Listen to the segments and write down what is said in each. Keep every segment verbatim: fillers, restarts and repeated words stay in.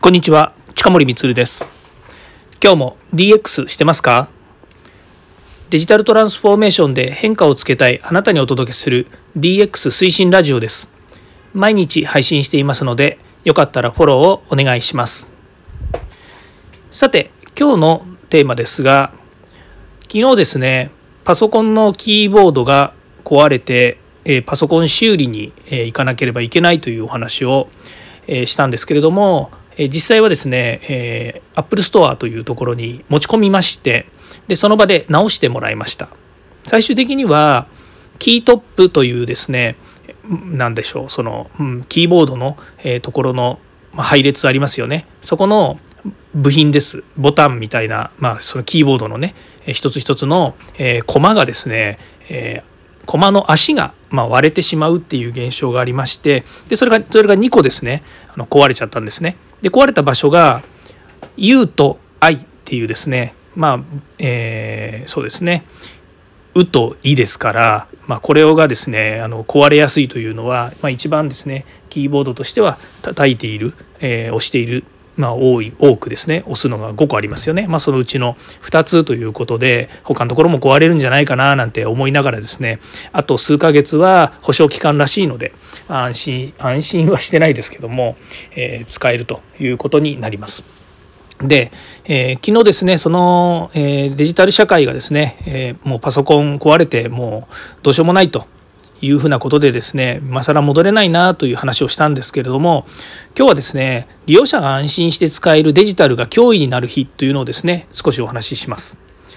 こんにちは、近森光です。今日も ディーエックス してますか？デジタルトランスフォーメーションで変化をつけたいあなたにお届けする ディーエックス 推進ラジオです。毎日配信していますので、よかったらフォローをお願いします。さて、今日のテーマですが、昨日ですね、パソコンのキーボードが壊れて、パソコン修理に行かなければいけないというお話をしたんですけれども、実際はですね、Apple Store というところに持ち込みまして、でその場で直してもらいました。最終的にはキートップというですね、何でしょう、その、うん、キーボードのところの配列ありますよね。そこの部品です。ボタンみたいな、まあ、そのキーボードのね、一つ一つの、えー、コマがですね、えーコマの足がまあ割れてしまうっていう現象がありまして、でそれがそれがにこですね、あの壊れちゃったんですね。で壊れた場所が U と I っていうですね、まあ、えー、そうですね、うといですから、まあ、これがですねあの壊れやすいというのは、まあ、一番ですねキーボードとしては叩いている、えー、押している、まあ、多い多くですね押すのがごこありますよね。まあ、そのうちのふたつということで、他のところも壊れるんじゃないかななんて思いながらですね、あと数ヶ月は保証期間らしいので安心安心はしてないですけども、えー、使えるということになります。で、えー、昨日ですねその、えー、デジタル社会がですね、えー、もうパソコン壊れてもうどうしようもないというふうなことでですね、今更戻れないなという話をしたんですけれども、今日はですね利用者が安心して使えるデジタルが脅威になる日というのをですね少しお話しします。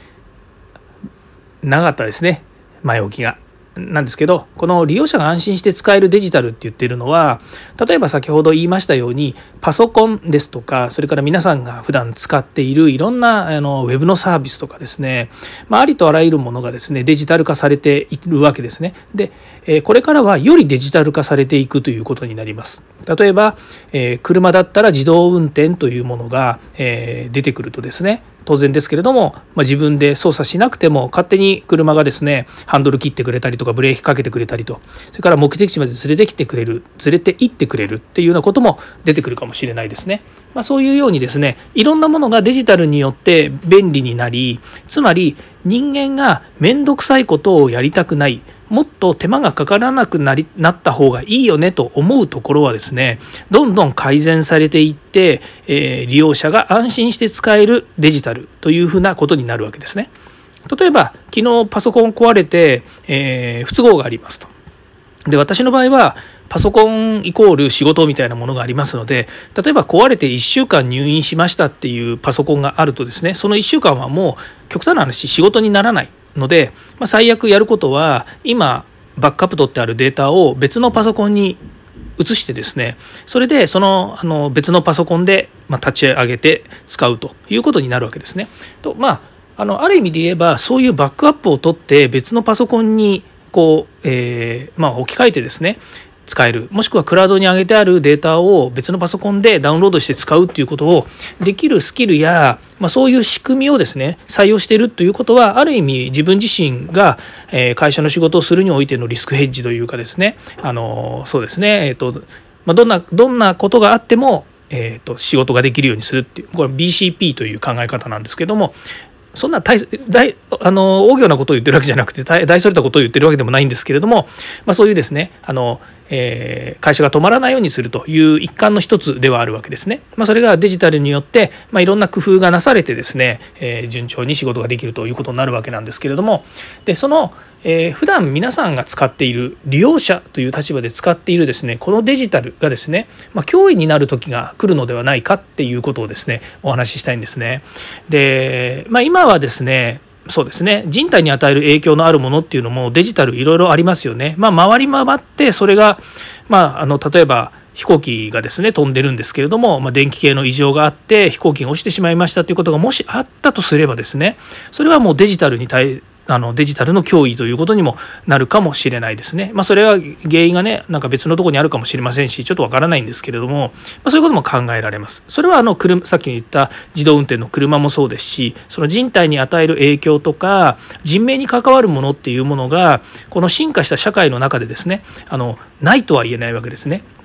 長かったですね、前置きが。なんですけど、この利用者が安心して使えるデジタルって言っているのは、例えば先ほど言いましたようにパソコンですとか、それから皆さんが普段使っているいろんなあのウェブのサービスとかですね、まあ、ありとあらゆるものがですねデジタル化されているわけですね。で、これからはよりデジタル化されていくということになります。例えば車だったら自動運転というものが出てくるとですね、当然ですけれども、まあ、自分で操作しなくても勝手に車がですねハンドル切ってくれたりとかブレーキかけてくれたりと、それから目的地まで連れてきてくれる連れて行ってくれるっていうようなことも出てくるかもしれないですね。まあ、そういうようにですね、いろんなものがデジタルによって便利になり、つまり人間が面倒くさいことをやりたくない、もっと手間がかからなくなりなった方がいいよねと思うところはですね、どんどん改善されていって、えー、利用者が安心して使えるデジタルというふうなことになるわけですね。例えば昨日パソコン壊れて、えー、不都合がありますと。で私の場合はパソコンイコール仕事みたいなものがありますので、例えば壊れていっしゅうかん入院しましたっていうパソコンがあるとですね、そのいっしゅうかんはもう極端な話仕事にならないので、まあ、最悪やることは今バックアップ取ってあるデータを別のパソコンに移してですね、それでそのあの別のパソコンでまあ立ち上げて使うということになるわけですね。とまああのある意味で言えば、そういうバックアップを取って別のパソコンにこう、えーまあ、置き換えてですね使える、もしくはクラウドに上げてあるデータを別のパソコンでダウンロードして使うっていうことをできるスキルや、まあ、そういう仕組みをですね採用しているということは、ある意味自分自身が会社の仕事をするにおいてのリスクヘッジというかですね、あのそうですね、えーとまあ、どんなどんなことがあっても、えーと仕事ができるようにするっていう、これ ビーシーピー という考え方なんですけども、そんな大大あの大行なことを言ってるわけじゃなくて、大大それたことを言ってるわけでもないんですけれども、まあ、そういうですねあの、えー、会社が止まらないようにするという一環の一つではあるわけですね。まあ、それがデジタルによって、まあ、いろんな工夫がなされてですね、えー、順調に仕事ができるということになるわけなんですけれども、でその、えー、普段皆さんが使っている利用者という立場で使っているですねこのデジタルがですね、まあ、脅威になる時が来るのではないかっていうことをですねお話ししたいんですね。で、まあ、今はですねそうですね人体に与える影響のあるものっていうのもデジタルいろいろありますよね。まあ、回り回ってそれが、まあ、あの例えば飛行機がですね飛んでるんですけれども、まあ、電気系の異常があって飛行機が落ちてしまいましたということがもしあったとすればですね、それはもうデジタルに対あのデジタルの脅威ということにもなるかもしれないですね。まあ、それは原因がねなんか別のところにあるかもしれませんし、ちょっとわからないんですけれども、まあ、そういうことも考えられます。それはあの車さっき言った自動運転の車もそうですし、その人体に与える影響とか人命に関わるものっていうものがこの進化した社会の中でですねあのないとは言えないわけですね。で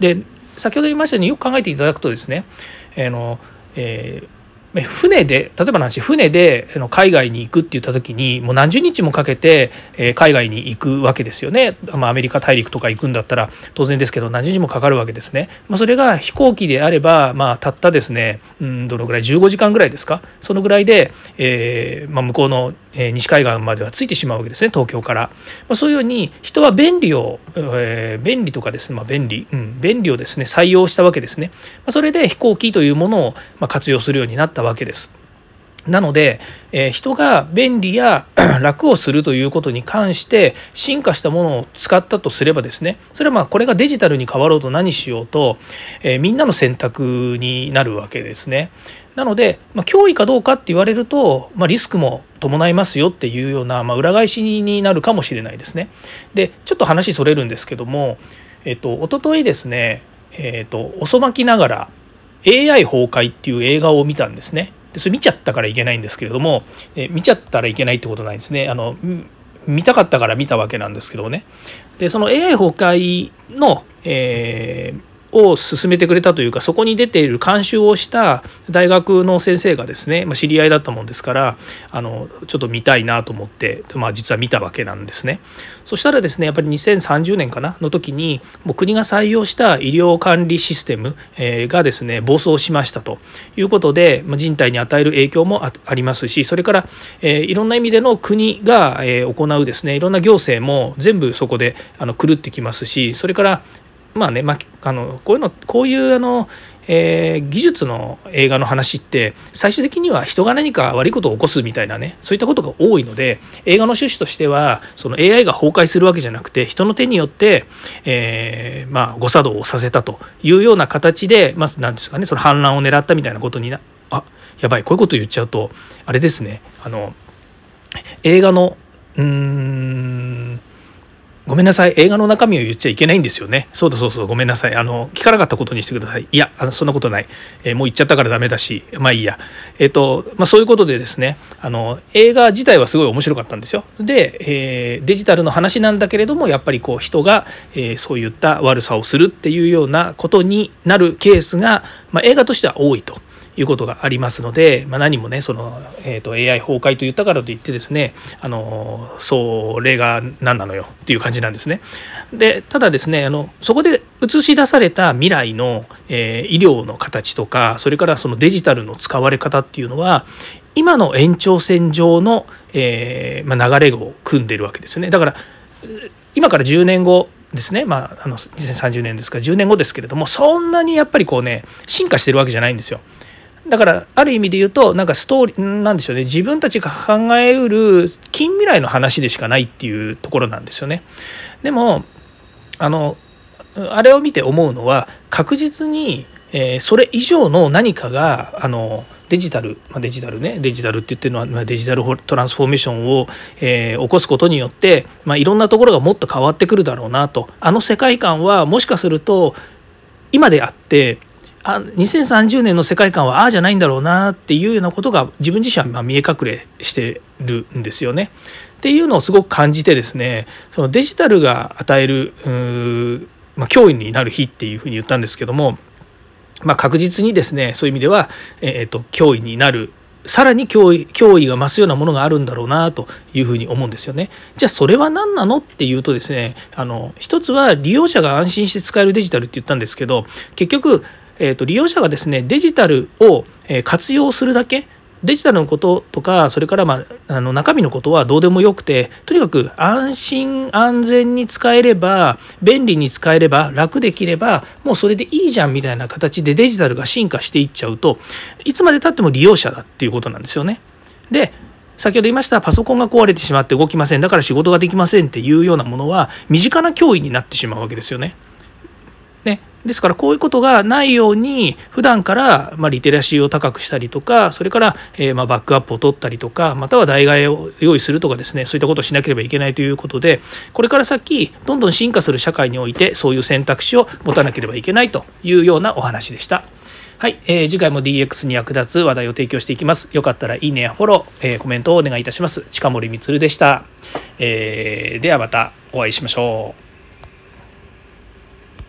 先ほど言いましたようによく考えていただくとですね、えーのえー船で例えばの話船で海外に行くって言った時にもう何十日もかけて海外に行くわけですよね。まあ、アメリカ大陸とか行くんだったら当然ですけど何十日もかかるわけですね。まあ、それが飛行機であれば、まあ、たったですね、うん、どのぐらいじゅうごじかんぐらいですか、そのぐらいで、えーまあ、向こうの西海岸までは着いてしまうわけですね、東京から。まあ、そういうように人は便利を、えー、便利とかですね、まあ、便利、うん、便利をですね採用したわけですね。まあ、それで飛行機というものをまあ活用するようになったわけです。なので、えー、人が便利や楽をするということに関して進化したものを使ったとすればですね、それはまあこれがデジタルに変わろうと何しようと、えー、みんなの選択になるわけですね。なので、まあ、脅威かどうかって言われると、まあ、リスクも伴いますよっていうような、まあ、裏返しになるかもしれないですね。でちょっと話それるんですけども、えっと一昨日ですね、えっと遅まきながら エーアイ 崩壊っていう映画を見たんですね。でそれ見ちゃったからいけないんですけれども、え見ちゃったらいけないってことないですね。あの見たかったから見たわけなんですけどね。でその エーアイ 崩壊の、えーを進めてくれたというか、そこに出ている監修をした大学の先生がですね、まあ、知り合いだったもんですから、あのちょっと見たいなと思って、まあ、実は見たわけなんですね。そしたらですね、やっぱりにせんさんじゅうねんかなの時にもう国が採用した医療管理システムがですね暴走しましたということで、人体に与える影響もありますし、それからいろんな意味での国が行うですねいろんな行政も全部そこであの狂ってきますし、それからまあね、まあ、あのこういうのこういうあの、えー、技術の映画の話って最終的には人が何か悪いことを起こすみたいなね、そういったことが多いので、映画の趣旨としてはその エーアイ が崩壊するわけじゃなくて人の手によって、えーまあ、誤作動をさせたというような形で、まあ、なんですかね、その反乱を狙ったみたいなことになあやばいこういうこと言っちゃうとあれですね、あの映画のうーんごめんなさい、映画の中身を言っちゃいけないんですよね。そうだそうそう、ごめんなさい、あの聞かなかったことにしてください。いや、あのそんなことない、えー、もう言っちゃったからダメだし、まあいいや。えっ、ー、とまあそういうことでですね、あの映画自体はすごい面白かったんですよ。で、えー、デジタルの話なんだけれども、やっぱりこう人が、えー、そういった悪さをするっていうようなことになるケースが、まあ、映画としては多いということがありますので、まあ、何もねその、えーと、エーアイ 崩壊と言ったからといってですね、あのそれが何なのよっていう感じなんですね。でただですね、あのそこで映し出された未来の、えー、医療の形とか、それからそのデジタルの使われ方っていうのは今の延長線上の、えーまあ、流れを組んでるわけですね。だから今からじゅうねんごですね、まあ、あのにせんさんじゅうねんですからじゅうねんごですけれども、そんなにやっぱりこうね進化してるわけじゃないんですよ。だからある意味で言うとなんかストーリーなんでしょうね、自分たちが考えうる近未来の話でしかないっていうところなんですよね。でもあのあれを見て思うのは、確実に、えー、それ以上の何かがあのデジタル、まあ、デジタルねデジタルって言ってるのは、まあ、デジタルトランスフォーメーションを、えー、起こすことによって、まあ、いろんなところがもっと変わってくるだろうなと。あの世界観はもしかすると今であってあにせんさんじゅうねんの世界観はああじゃないんだろうなっていうようなことが自分自身はまあ見え隠れしてるんですよね。っていうのをすごく感じてですね、そのデジタルが与えるうー、まあ、脅威になる日っていうふうに言ったんですけども、まあ、確実にですねそういう意味では、えー、と脅威になる、さらに脅威、脅威が増すようなものがあるんだろうなというふうに思うんですよね。じゃあそれは何なのっていうとですね、あの一つは利用者が安心して使えるデジタルって言ったんですけど、結局えー、と利用者がですねデジタルを活用するだけ、デジタルのこととかそれから、まあ、あの中身のことはどうでもよくて、とにかく安心安全に使えれば便利に使えれば楽できればもうそれでいいじゃんみたいな形でデジタルが進化していっちゃうと、いつまでたっても利用者だっていうことなんですよね。で先ほど言いましたパソコンが壊れてしまって動きません、だから仕事ができませんっていうようなものは身近な脅威になってしまうわけですよね。ね、ですからこういうことがないように普段からまあリテラシーを高くしたりとか、それからえまあバックアップを取ったりとか、または代替えを用意するとかですね、そういったことをしなければいけないということで、これから先どんどん進化する社会においてそういう選択肢を持たなければいけないというようなお話でした。はい、えー、次回も ディーエックス に役立つ話題を提供していきます。よかったらいいねやフォロー、えー、コメントをお願いいたします。近森光でした。えー、ではまたお会いしましょう。